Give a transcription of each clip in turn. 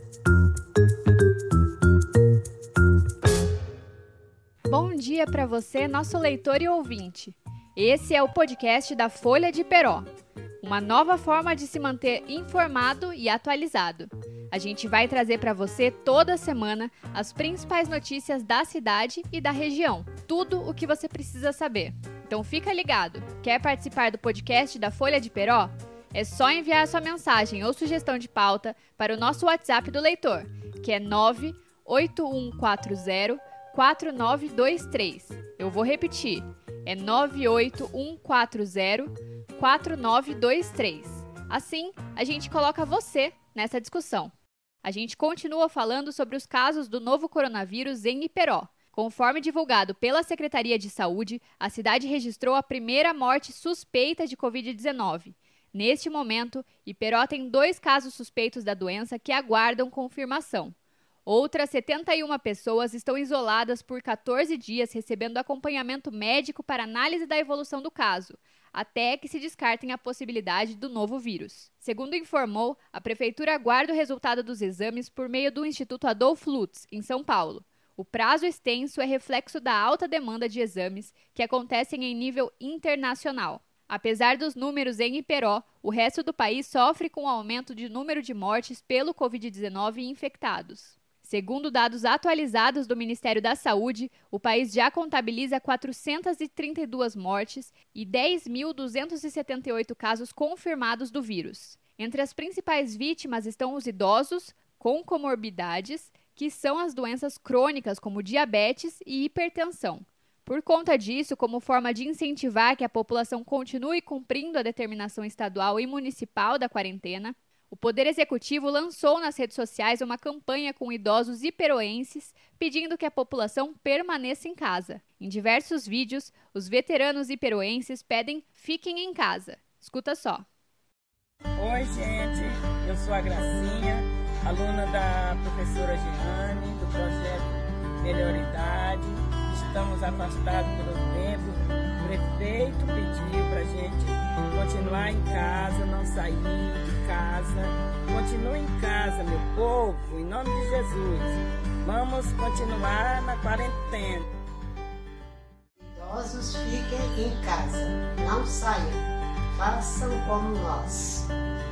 Bom dia para você, nosso leitor e ouvinte. Esse é o podcast da Folha de Peró, uma nova forma de se manter informado e atualizado. A gente vai trazer para você toda semana as principais notícias da cidade e da região, tudo o que você precisa saber. Então fica ligado, quer participar do podcast da Folha de Peró? É só enviar sua mensagem ou sugestão de pauta para o nosso WhatsApp do leitor, que é 98140-4923. Eu vou repetir, é 98140-4923. Assim, a gente coloca você nessa discussão. A gente continua falando sobre os casos do novo coronavírus em Iperó. Conforme divulgado pela Secretaria de Saúde, a cidade registrou a primeira morte suspeita de Covid-19. Neste momento, Iperó tem 2 casos suspeitos da doença que aguardam confirmação. Outras 71 pessoas estão isoladas por 14 dias recebendo acompanhamento médico para análise da evolução do caso, até que se descartem a possibilidade do novo vírus. Segundo informou, a Prefeitura aguarda o resultado dos exames por meio do Instituto Adolfo Lutz, em São Paulo. O prazo extenso é reflexo da alta demanda de exames que acontecem em nível internacional. Apesar dos números em Iperó, o resto do país sofre com o aumento de número de mortes pelo Covid-19 e infectados. Segundo dados atualizados do Ministério da Saúde, o país já contabiliza 432 mortes e 10.278 casos confirmados do vírus. Entre as principais vítimas estão os idosos com comorbidades, que são as doenças crônicas como diabetes e hipertensão. Por conta disso, como forma de incentivar que a população continue cumprindo a determinação estadual e municipal da quarentena, o Poder Executivo lançou nas redes sociais uma campanha com idosos iperoenses pedindo que a população permaneça em casa. Em diversos vídeos, os veteranos iperoenses pedem "fiquem em casa". Escuta só. Oi, gente. Eu sou a Gracinha, aluna da professora Giane, do projeto Melhor Idade. Estamos afastados por um tempo. O prefeito pediu para a gente continuar em casa, não sair de casa. Continue em casa, meu povo, em nome de Jesus. Vamos continuar na quarentena. Idosos fiquem em casa, não saiam, façam como nós.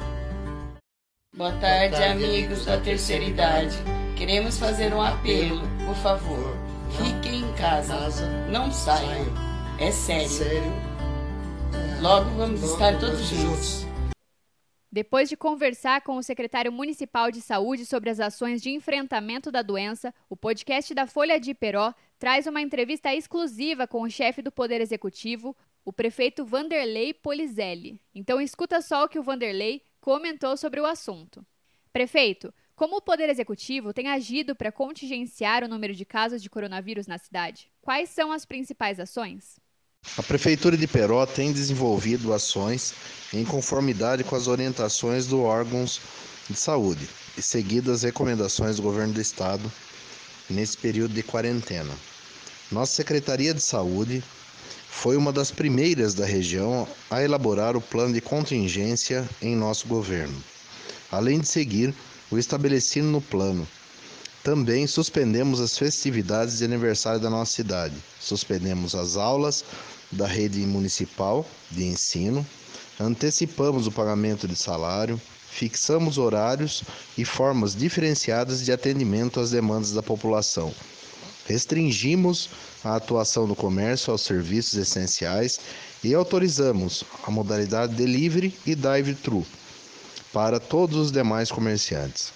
Boa tarde, amigos da terceira idade. Queremos fazer um apelo, por favor. Fiquem em casa, não saiam. É sério. Logo vamos estar todos juntos. Depois de conversar com o secretário municipal de saúde sobre as ações de enfrentamento da doença, o podcast da Folha de Iperó traz uma entrevista exclusiva com o chefe do Poder Executivo, o prefeito Vanderlei Polizelli. Então escuta só o que o Vanderlei comentou sobre o assunto. Prefeito, como o Poder Executivo tem agido para contingenciar o número de casos de coronavírus na cidade? Quais são as principais ações? A Prefeitura de Iperó tem desenvolvido ações em conformidade com as orientações dos órgãos de saúde e seguido as recomendações do Governo do Estado nesse período de quarentena. Nossa Secretaria de Saúde foi uma das primeiras da região a elaborar o plano de contingência em nosso governo, além de seguir o estabelecido no plano. Também suspendemos as festividades de aniversário da nossa cidade. Suspendemos as aulas da rede municipal de ensino, antecipamos o pagamento de salário, fixamos horários e formas diferenciadas de atendimento às demandas da população. Restringimos a atuação do comércio aos serviços essenciais e autorizamos a modalidade delivery e drive-thru para todos os demais comerciantes.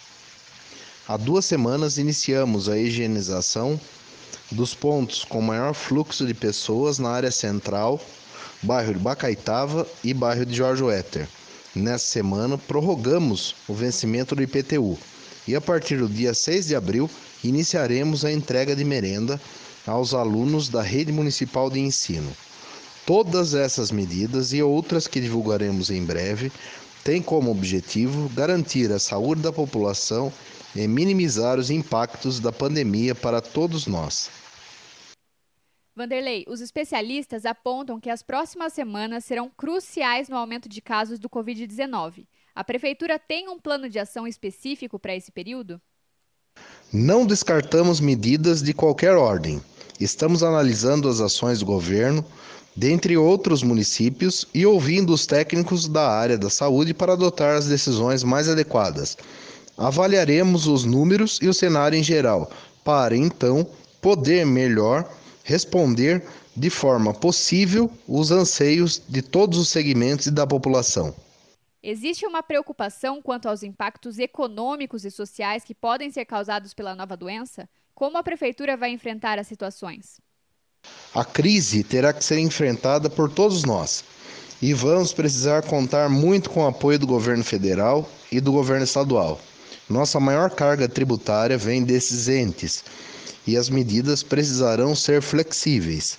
Há 2 semanas iniciamos a higienização dos pontos com maior fluxo de pessoas na área central, bairro de Bacaitava e bairro de Jorge Wetter. Nessa semana prorrogamos o vencimento do IPTU e a partir do dia 6 de abril iniciaremos a entrega de merenda aos alunos da rede municipal de ensino. Todas essas medidas e outras que divulgaremos em breve têm como objetivo garantir a saúde da população e minimizar os impactos da pandemia para todos nós. Vanderlei, os especialistas apontam que as próximas semanas serão cruciais no aumento de casos do Covid-19. A Prefeitura tem um plano de ação específico para esse período? Não descartamos medidas de qualquer ordem. Estamos analisando as ações do governo, dentre outros municípios, e ouvindo os técnicos da área da saúde para adotar as decisões mais adequadas. Avaliaremos os números e o cenário em geral, para então poder melhor responder de forma possível os anseios de todos os segmentos e da população. Existe uma preocupação quanto aos impactos econômicos e sociais que podem ser causados pela nova doença? Como a Prefeitura vai enfrentar as situações? A crise terá que ser enfrentada por todos nós e vamos precisar contar muito com o apoio do governo federal e do governo estadual. Nossa maior carga tributária vem desses entes e as medidas precisarão ser flexíveis,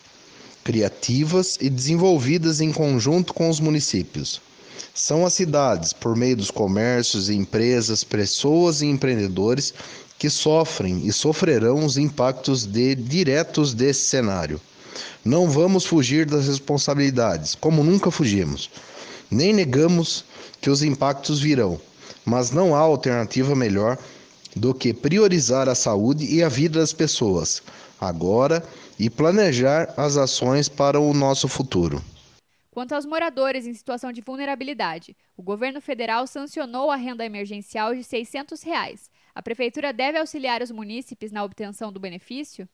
criativas e desenvolvidas em conjunto com os municípios. São as cidades, por meio dos comércios, empresas, pessoas e empreendedores, que sofrem e sofrerão os impactos diretos desse cenário. Não vamos fugir das responsabilidades, como nunca fugimos. Nem negamos que os impactos virão, mas não há alternativa melhor do que priorizar a saúde e a vida das pessoas, agora, e planejar as ações para o nosso futuro. Quanto aos moradores em situação de vulnerabilidade, o governo federal sancionou a renda emergencial de R$ 600. A Prefeitura deve auxiliar os munícipes na obtenção do benefício?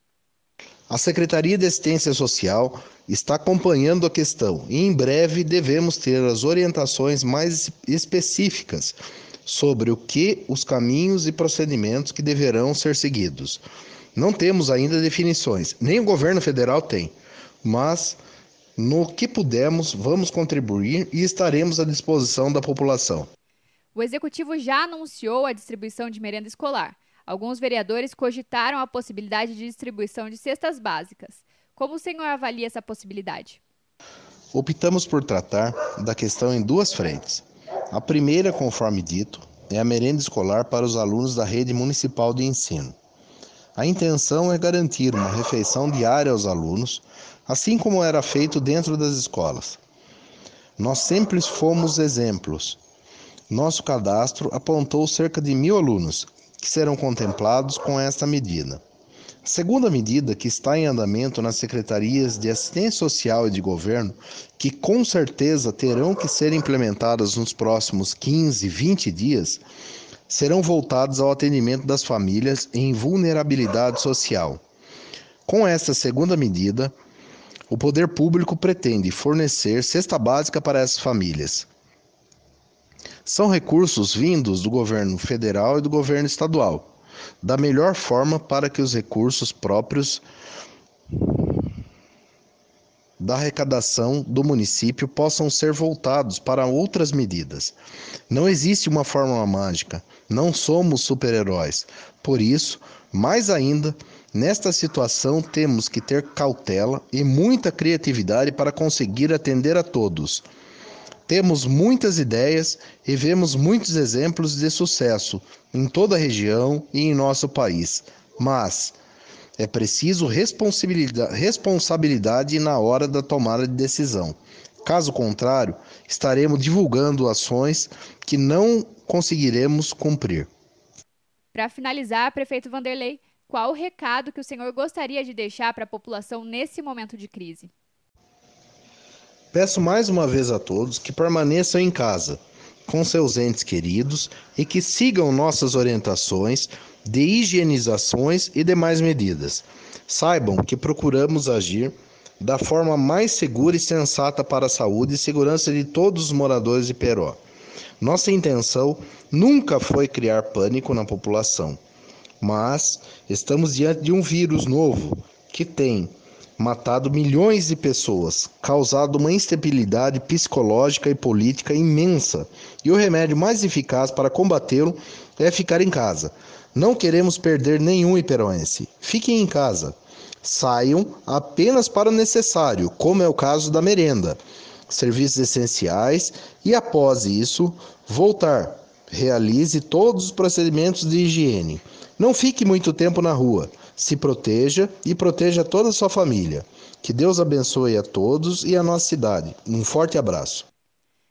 A Secretaria de Assistência Social está acompanhando a questão e em breve devemos ter as orientações mais específicas sobre os caminhos e procedimentos que deverão ser seguidos. Não temos ainda definições, nem o governo federal tem, mas no que pudermos, vamos contribuir e estaremos à disposição da população. O Executivo já anunciou a distribuição de merenda escolar. Alguns vereadores cogitaram a possibilidade de distribuição de cestas básicas. Como o senhor avalia essa possibilidade? Optamos por tratar da questão em duas frentes. A primeira, conforme dito, é a merenda escolar para os alunos da rede municipal de ensino. A intenção é garantir uma refeição diária aos alunos, assim como era feito dentro das escolas. Nós sempre fomos exemplos. Nosso cadastro apontou cerca de 1.000 alunos, que serão contemplados com esta medida. A segunda medida, que está em andamento nas secretarias de assistência social e de governo, que com certeza terão que ser implementadas nos próximos 15, 20 dias, serão voltados ao atendimento das famílias em vulnerabilidade social. Com esta segunda medida, o poder público pretende fornecer cesta básica para essas famílias. São recursos vindos do governo federal e do governo estadual, da melhor forma para que os recursos próprios da arrecadação do município possam ser voltados para outras medidas. Não existe uma fórmula mágica, não somos super-heróis. Por isso, mais ainda, nesta situação temos que ter cautela e muita criatividade para conseguir atender a todos. Temos muitas ideias e vemos muitos exemplos de sucesso em toda a região e em nosso país, mas é preciso responsabilidade na hora da tomada de decisão. Caso contrário, estaremos divulgando ações que não conseguiremos cumprir. Para finalizar, prefeito Vanderlei, qual o recado que o senhor gostaria de deixar para a população nesse momento de crise? Peço mais uma vez a todos que permaneçam em casa, com seus entes queridos e que sigam nossas orientações de higienizações e demais medidas. Saibam que procuramos agir da forma mais segura e sensata para a saúde e segurança de todos os moradores de Peró. Nossa intenção nunca foi criar pânico na população, mas estamos diante de um vírus novo que tem matado milhões de pessoas, causado uma instabilidade psicológica e política imensa, e o remédio mais eficaz para combatê-lo é ficar em casa. Não queremos perder nenhum iperoense. Fiquem em casa. Saiam apenas para o necessário, como é o caso da merenda, serviços essenciais, e após isso, voltar. Realize todos os procedimentos de higiene. Não fique muito tempo na rua. Se proteja e proteja toda a sua família. Que Deus abençoe a todos e a nossa cidade. Um forte abraço.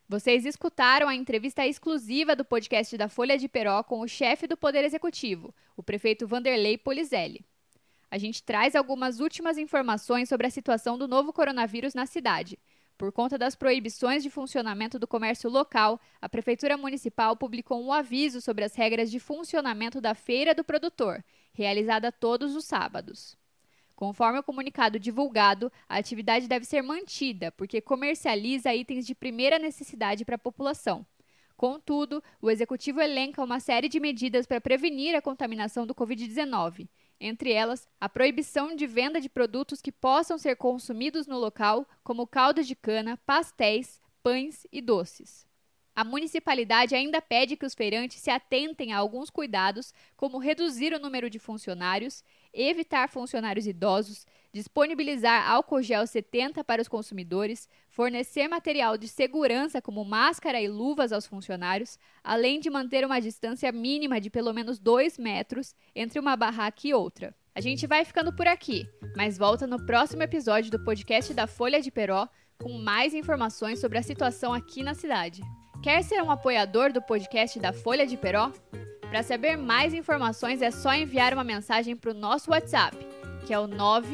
Vocês escutaram a entrevista exclusiva do podcast da Folha de Peró com o chefe do Poder Executivo, o prefeito Vanderlei Polizelli. A gente traz algumas últimas informações sobre a situação do novo coronavírus na cidade. Por conta das proibições de funcionamento do comércio local, a Prefeitura Municipal publicou um aviso sobre as regras de funcionamento da Feira do Produtor, realizada todos os sábados. Conforme o comunicado divulgado, a atividade deve ser mantida, porque comercializa itens de primeira necessidade para a população. Contudo, o Executivo elenca uma série de medidas para prevenir a contaminação do Covid-19. Entre elas, a proibição de venda de produtos que possam ser consumidos no local, como caldo de cana, pastéis, pães e doces. A municipalidade ainda pede que os feirantes se atentem a alguns cuidados, como reduzir o número de funcionários, evitar funcionários idosos, disponibilizar álcool gel 70 para os consumidores, fornecer material de segurança como máscara e luvas aos funcionários, além de manter uma distância mínima de pelo menos 2 metros entre uma barraca e outra. A gente vai ficando por aqui, mas volta no próximo episódio do podcast da Folha de Peró com mais informações sobre a situação aqui na cidade. Quer ser um apoiador do podcast da Folha de Peró? Para saber mais informações é só enviar uma mensagem para o nosso WhatsApp, que é o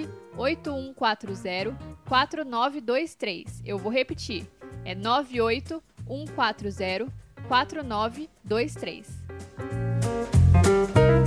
98140-4923. Eu vou repetir, é 98140-4923.